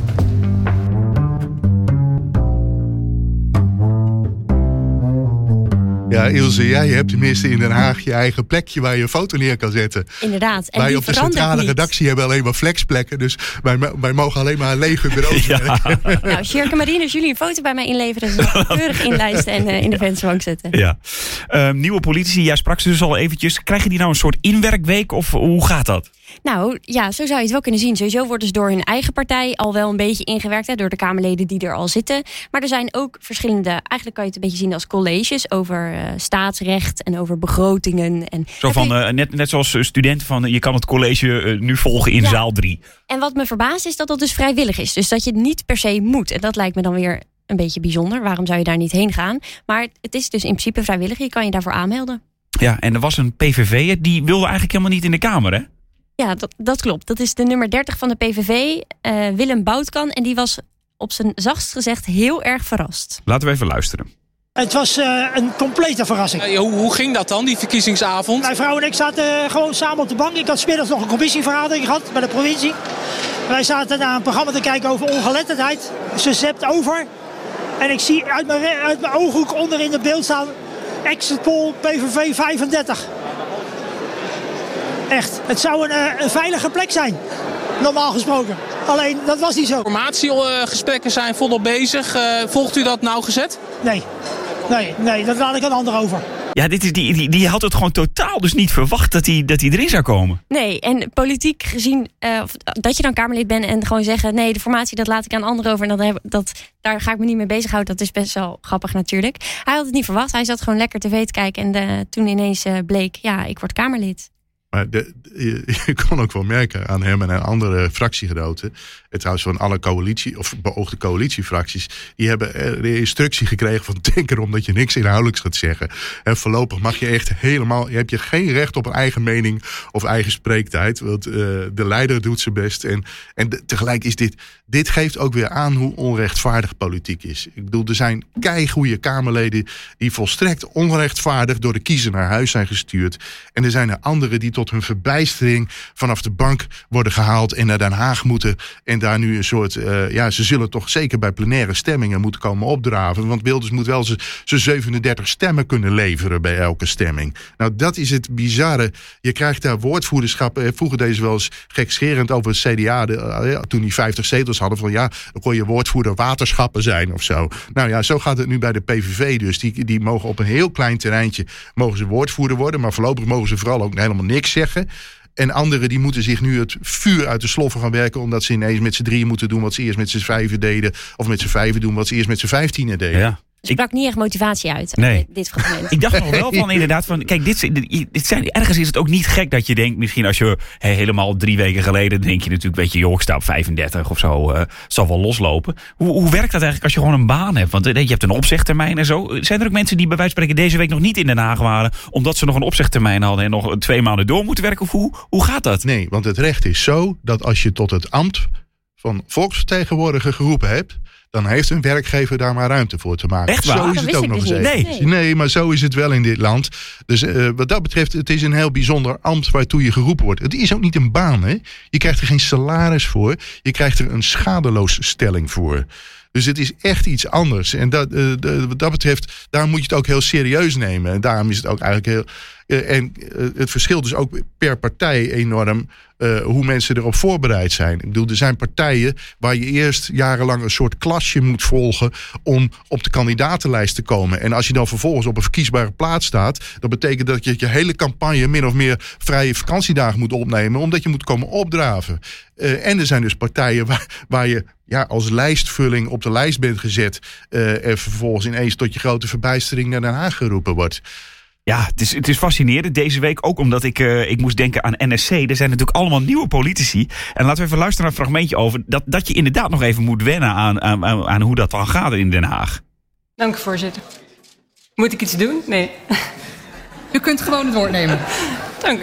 Ja, Ilse, jij hebt tenminste in Den Haag je eigen plekje waar je een foto neer kan zetten. Inderdaad. En wij die op de centrale niet. redactie hebben alleen maar flexplekken. Dus wij, wij mogen alleen maar lege bureaus ja. werken. Nou, Sjerke Marien, als jullie een foto bij mij inleveren, dan zal ik keurig inlijsten en uh, in de vensterbank zetten. Ja. Uh, nieuwe politici, jij sprak ze dus al eventjes. Krijgen die nou een soort inwerkweek of hoe gaat dat? Nou, ja, zo zou je het wel kunnen zien. Sowieso worden ze door hun eigen partij al wel een beetje ingewerkt. Hè, door de Kamerleden die er al zitten. Maar er zijn ook verschillende, eigenlijk kan je het een beetje zien als colleges over uh, staatsrecht en over begrotingen. En Zo van, uh, net, net zoals studenten van, uh, je kan het college uh, nu volgen in ja. zaal drie. En wat me verbaast is dat dat dus vrijwillig is. Dus dat je het niet per se moet. En dat lijkt me dan weer een beetje bijzonder. Waarom zou je daar niet heen gaan? Maar het is dus in principe vrijwillig. Je kan je daarvoor aanmelden. Ja, en er was een P V V'er, die wilde eigenlijk helemaal niet in de Kamer, hè? Ja, dat, dat klopt. Dat is de nummer dertig van de P V V, uh, Willem Boutkan. En die was op zijn zachtst gezegd heel erg verrast. Laten we even luisteren. Het was uh, een complete verrassing. Uh, hoe, hoe ging dat dan, die verkiezingsavond? Mijn vrouw en ik zaten uh, gewoon samen op de bank. Ik had 's middags nog een commissievergadering gehad bij de provincie. Wij zaten naar een programma te kijken over ongeletterdheid. Ze zept over. En ik zie uit mijn, uit mijn ooghoek onder in het beeld staan exit poll P V V vijfendertig. Echt, het zou een, een veilige plek zijn, normaal gesproken. Alleen, dat was niet zo. Formatiegesprekken zijn volop bezig. Uh, volgt u dat nauwgezet? Nee, nee, nee, dat laat ik aan anderen over. Ja, dit is, die, die, die had het gewoon totaal dus niet verwacht dat hij dat hij erin zou komen. Nee, en politiek gezien, uh, dat je dan Kamerlid bent en gewoon zeggen, nee, de formatie dat laat ik aan anderen over. En dat, heb, dat, daar ga ik me niet mee bezighouden. Dat is best wel grappig natuurlijk. Hij had het niet verwacht. Hij zat gewoon lekker tv te kijken. En de, toen ineens uh, bleek, ja, ik word Kamerlid. Maar de, je, je kon ook wel merken aan hem en aan andere fractiegenoten, en trouwens van alle coalitie of beoogde coalitiefracties, die hebben de instructie gekregen van denk erom dat je niks inhoudelijks gaat zeggen. En voorlopig mag je echt helemaal, je hebt je geen recht op een eigen mening of eigen spreektijd, want uh, de leider doet zijn best. En, en de, tegelijk is dit, dit geeft ook weer aan hoe onrechtvaardig politiek is. Ik bedoel, er zijn keigoeie Kamerleden die volstrekt onrechtvaardig door de kiezer naar huis zijn gestuurd. En er zijn er anderen die tot hun verbijstering vanaf de bank worden gehaald en naar Den Haag moeten. En daar nu een soort, uh, ja, ze zullen toch zeker bij plenaire stemmingen moeten komen opdraven. Want Wilders moet wel zijn zevenendertig stemmen kunnen leveren bij elke stemming. Nou, dat is het bizarre. Je krijgt daar woordvoerderschappen. Vroeger deze wel eens gekscherend over het C D A. De, toen die vijftig zetels hadden van ja, dan kon je woordvoerder waterschappen zijn of zo. Nou ja, zo gaat het nu bij de P V V dus. Die, die mogen op een heel klein terreintje mogen ze woordvoerder worden. Maar voorlopig mogen ze vooral ook helemaal niks zeggen. En anderen die moeten zich nu het vuur uit de sloffen gaan werken. Omdat ze ineens met z'n drieën moeten doen wat ze eerst met z'n vijven deden. Of met z'n vijven doen wat ze eerst met z'n vijftienen deden. Ja. Er sprak niet echt motivatie uit, nee. dit fragment. Ik dacht nog wel van inderdaad, van kijk, dit, dit zijn, ergens is het ook niet gek dat je denkt, misschien als je he, helemaal drie weken geleden, denk je natuurlijk, weet je, joh, ik sta op vijfendertig of zo, uh, zal wel loslopen. Hoe, hoe werkt dat eigenlijk als je gewoon een baan hebt? Want uh, je hebt een opzegtermijn en zo. Zijn er ook mensen die bij wijze van spreken deze week nog niet in Den Haag waren, omdat ze nog een opzegtermijn hadden en nog twee maanden door moeten werken? Of hoe, hoe gaat dat? Nee, want het recht is zo dat als je tot het ambt van volksvertegenwoordiger geroepen hebt, dan heeft een werkgever daar maar ruimte voor te maken. Echt waar? Zo is dat het ook nog eens even. Nee. Nee. nee, maar zo is het wel in dit land. Dus uh, wat dat betreft, het is een heel bijzonder ambt waartoe je geroepen wordt. Het is ook niet een baan, hè. Je krijgt er geen salaris voor. Je krijgt er een schadeloosstelling voor. Dus het is echt iets anders. En dat, uh, de, wat dat betreft, daar moet je het ook heel serieus nemen. En daarom is het ook eigenlijk heel. Uh, en uh, het verschilt dus ook per partij enorm uh, hoe mensen erop voorbereid zijn. Ik bedoel, er zijn partijen waar je eerst jarenlang een soort klasje moet volgen om op de kandidatenlijst te komen. En als je dan vervolgens op een verkiesbare plaats staat, dat betekent dat je je hele campagne min of meer vrije vakantiedagen moet opnemen, omdat je moet komen opdraven. Uh, en er zijn dus partijen waar, waar je ja, als lijstvulling op de lijst bent gezet uh, en vervolgens ineens tot je grote verbijstering naar Den Haag geroepen wordt. Ja, het is, het is fascinerend. Deze week ook omdat ik, uh, ik moest denken aan N S C. Er zijn natuurlijk allemaal nieuwe politici. En laten we even luisteren naar een fragmentje over dat, dat je inderdaad nog even moet wennen aan, aan, aan hoe dat dan gaat in Den Haag. Dank u, voorzitter. Moet ik iets doen? Nee. U kunt gewoon het woord nemen. Dank u.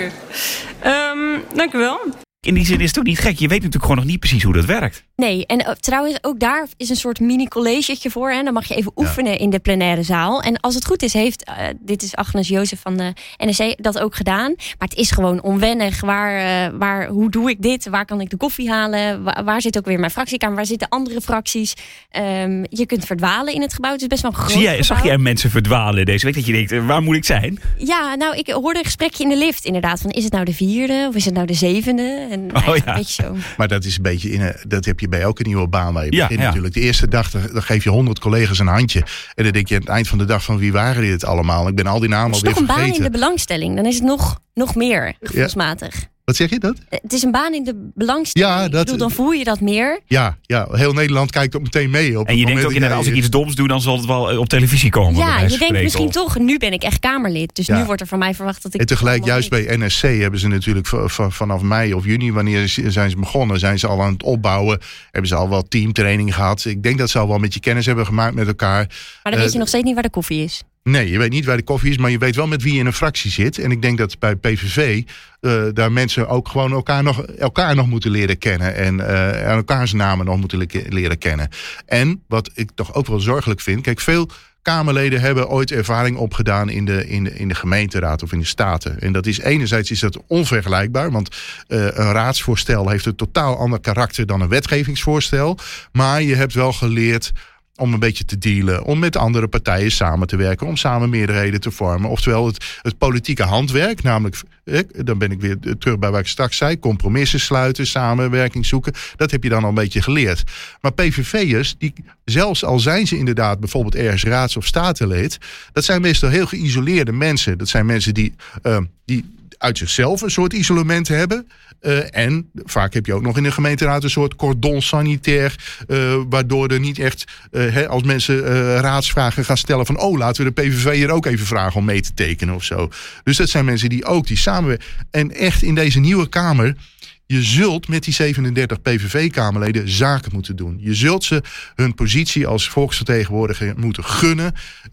Um, dank u wel. In die zin is het ook niet gek. Je weet natuurlijk gewoon nog niet precies hoe dat werkt. Nee, en uh, trouwens ook daar is een soort mini-collegetje voor. Hè? Dan mag je even oefenen ja. in de plenaire zaal. En als het goed is, heeft, uh, dit is Agnes Jozef van de N S C dat ook gedaan. Maar het is gewoon onwennig. Waar, uh, waar, hoe doe ik dit? Waar kan ik de koffie halen? Waar, waar zit ook weer mijn fractiekamer? Waar zitten andere fracties? Um, je kunt verdwalen in het gebouw. Het is best wel een groot Zie jij, gebouw. Zag jij mensen verdwalen deze week? Dat je denkt, uh, waar moet ik zijn? Ja, nou, ik hoorde een gesprekje in de lift inderdaad. Van, is het nou de vierde of is het nou de zevende? En, nou, oh, ja, ja. Een beetje zo. Maar dat is een beetje in een, dat heb je bij elke nieuwe baan waar je ja, begint ja. natuurlijk. De eerste dag, dan geef je honderd collega's een handje. En dan denk je aan het eind van de dag van wie waren dit allemaal? Ik ben al die namen alweer vergeten. Het is toch een baan in de belangstelling. Dan is het nog, nog meer gevoelsmatig. Ja. Wat zeg je dat? Het is een baan in de belangstelling. Ja, dat, ik bedoel, dan voel je dat meer. Ja, ja, heel Nederland kijkt ook meteen mee. Op en je denkt ook inderdaad, als ik iets doms doe, dan zal het wel op televisie komen. Ja, je denkt spreken, misschien of... toch, nu ben ik echt Kamerlid. Dus ja. nu wordt er van mij verwacht dat ik... En tegelijk, juist bij N S C hebben ze natuurlijk v- v- vanaf mei of juni, wanneer zijn ze begonnen, zijn ze al aan het opbouwen. Hebben ze al wel teamtraining gehad. Ik denk dat ze al wel met je kennis hebben gemaakt met elkaar. Maar dan uh, weet je nog steeds niet waar de koffie is. Nee, je weet niet waar de koffie is, maar je weet wel met wie je in een fractie zit. En ik denk dat bij P V V uh, daar mensen ook gewoon elkaar nog, elkaar nog moeten leren kennen. En uh, elkaars namen nog moeten le- leren kennen. En wat ik toch ook wel zorgelijk vind, kijk, veel Kamerleden hebben ooit ervaring opgedaan in de, in de, in de gemeenteraad of in de staten. En dat is enerzijds is dat onvergelijkbaar, want uh, een raadsvoorstel heeft een totaal ander karakter dan een wetgevingsvoorstel. Maar je hebt wel geleerd om een beetje te dealen, om met andere partijen samen te werken, om samen meerderheden te vormen. Oftewel het, het politieke handwerk, namelijk, dan ben ik weer terug bij wat ik straks zei, compromissen sluiten, samenwerking zoeken. Dat heb je dan al een beetje geleerd. Maar P V V'ers, die, zelfs al zijn ze inderdaad bijvoorbeeld ergens raads- of statenlid, dat zijn meestal heel geïsoleerde mensen. Dat zijn mensen die, uh, die uit zichzelf een soort isolement hebben. Uh, en vaak heb je ook nog in de gemeenteraad een soort cordon sanitair, uh, waardoor er niet echt, uh, he, als mensen uh, raadsvragen gaan stellen van, oh, laten we de P V V hier ook even vragen om mee te tekenen of zo. Dus dat zijn mensen die ook die samenwerken. En echt in deze nieuwe Kamer, je zult met die zevenendertig P V V-Kamerleden zaken moeten doen. Je zult ze hun positie als volksvertegenwoordiger moeten gunnen.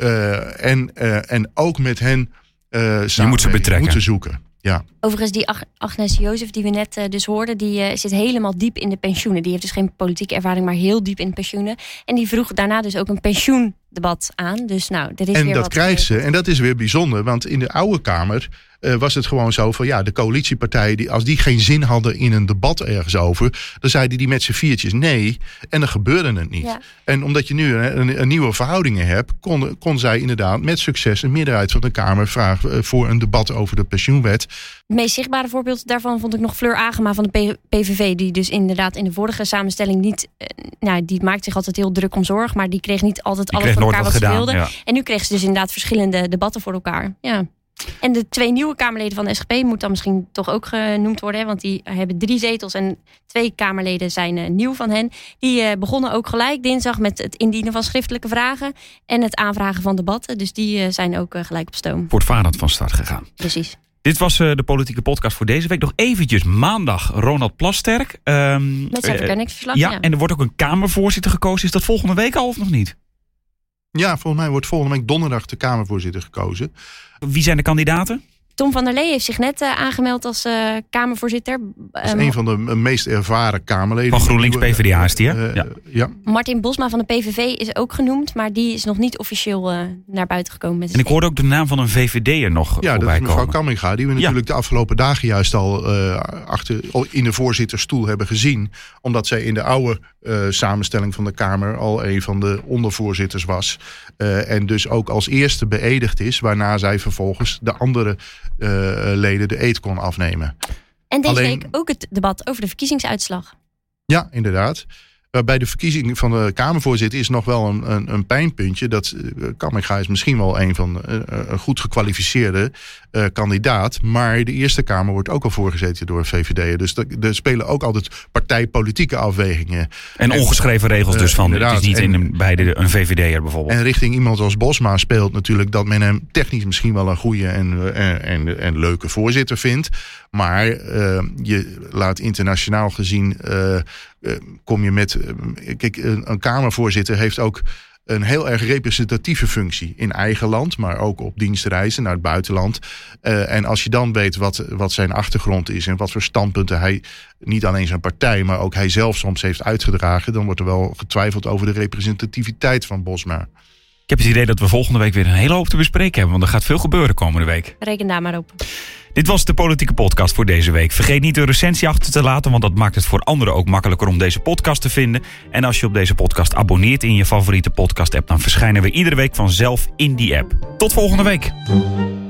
Uh, en, uh, en ook met hen uh, je moet ze betrekken. moeten zoeken. Ja. Overigens, die Ag- Agnes Jozef die we net uh, dus hoorden, die uh, zit helemaal diep in de pensioenen. Die heeft dus geen politieke ervaring, maar heel diep in de pensioenen. En die vroeg daarna dus ook een pensioen debat aan. Dus nou, er is en weer dat wat krijgt ze. En dat is weer bijzonder. Want in de oude Kamer uh, was het gewoon zo van... ja, de coalitiepartijen, die, als die geen zin hadden in een debat ergens over... dan zeiden die met z'n viertjes nee. En dan gebeurde het niet. Ja. En omdat je nu een, een, een nieuwe verhoudingen hebt... Kon, kon zij inderdaad met succes een meerderheid van de Kamer vragen... Uh, voor een debat over de pensioenwet. Het meest zichtbare voorbeeld daarvan vond ik nog Fleur Agema van de P V V... die dus inderdaad in de vorige samenstelling niet... Uh, nou, die maakt zich altijd heel druk om zorg... maar die kreeg niet altijd die alles voor elkaar wat, wat gedaan, ze wilden. Ja. En nu kregen ze dus inderdaad verschillende debatten voor elkaar. Ja. En de twee nieuwe Kamerleden van de S G P... moet dan misschien toch ook genoemd worden... Hè, want die hebben drie zetels en twee Kamerleden zijn uh, nieuw van hen. Die uh, begonnen ook gelijk dinsdag met het indienen van schriftelijke vragen... en het aanvragen van debatten. Dus die uh, zijn ook uh, gelijk op stoom. Voortvarend van start gegaan. Precies. Dit was uh, de politieke podcast voor deze week. Nog eventjes maandag Ronald Plasterk. Um, Met zijn verkenningsverslag. Ja, ja, en er wordt ook een Kamervoorzitter gekozen. Is dat volgende week al of nog niet? Ja, volgens mij wordt volgende week donderdag de Kamervoorzitter gekozen. Wie zijn de kandidaten? Tom van der Lee heeft zich net uh, aangemeld als uh, Kamervoorzitter. Dat is um, een van de meest ervaren Kamerleden. Van GroenLinks P v d A is die, hè? Uh, ja. ja. Martin Bosma van de P V V is ook genoemd... maar die is nog niet officieel uh, naar buiten gekomen. Met en ik hoorde ook de naam van een V V D'er nog ja, voorbij dat is mevrouw komen. Kamminga, die we natuurlijk ja. de afgelopen dagen juist al uh, achter, in de voorzittersstoel hebben gezien. Omdat zij in de oude uh, samenstelling van de Kamer al een van de ondervoorzitters was. Uh, en dus ook als eerste beëdigd is, waarna zij vervolgens de andere uh, leden de eed kon afnemen. En deze Alleen, week ook het debat over de verkiezingsuitslag. Ja, inderdaad. Bij de verkiezing van de Kamervoorzitter is nog wel een, een, een pijnpuntje. Dat uh, Kamminga is misschien wel een van uh, een goed gekwalificeerde uh, kandidaat. Maar de Eerste Kamer wordt ook al voorgezeten door een V V D'er. Dus er spelen ook altijd partijpolitieke afwegingen. En ongeschreven regels dus van. Uh, het is niet en, in bij de, een V V D'er bijvoorbeeld. En richting iemand als Bosma speelt natuurlijk dat men hem technisch misschien wel een goede en, en, en, en leuke voorzitter vindt. Maar uh, je laat internationaal gezien... Uh, Uh, kom je met... Uh, kijk, een, een Kamervoorzitter heeft ook een heel erg representatieve functie in eigen land, maar ook op dienstreizen naar het buitenland. Uh, en als je dan weet wat, wat zijn achtergrond is en wat voor standpunten hij niet alleen zijn partij, maar ook hij zelf soms heeft uitgedragen, dan wordt er wel getwijfeld over de representativiteit van Bosma. Ik heb het idee dat we volgende week weer een hele hoop te bespreken hebben, want er gaat veel gebeuren komende week. Reken daar maar op. Dit was de politieke podcast voor deze week. Vergeet niet een recensie achter te laten, want dat maakt het voor anderen ook makkelijker om deze podcast te vinden. En als je op deze podcast abonneert in je favoriete podcast app, dan verschijnen we iedere week vanzelf in die app. Tot volgende week.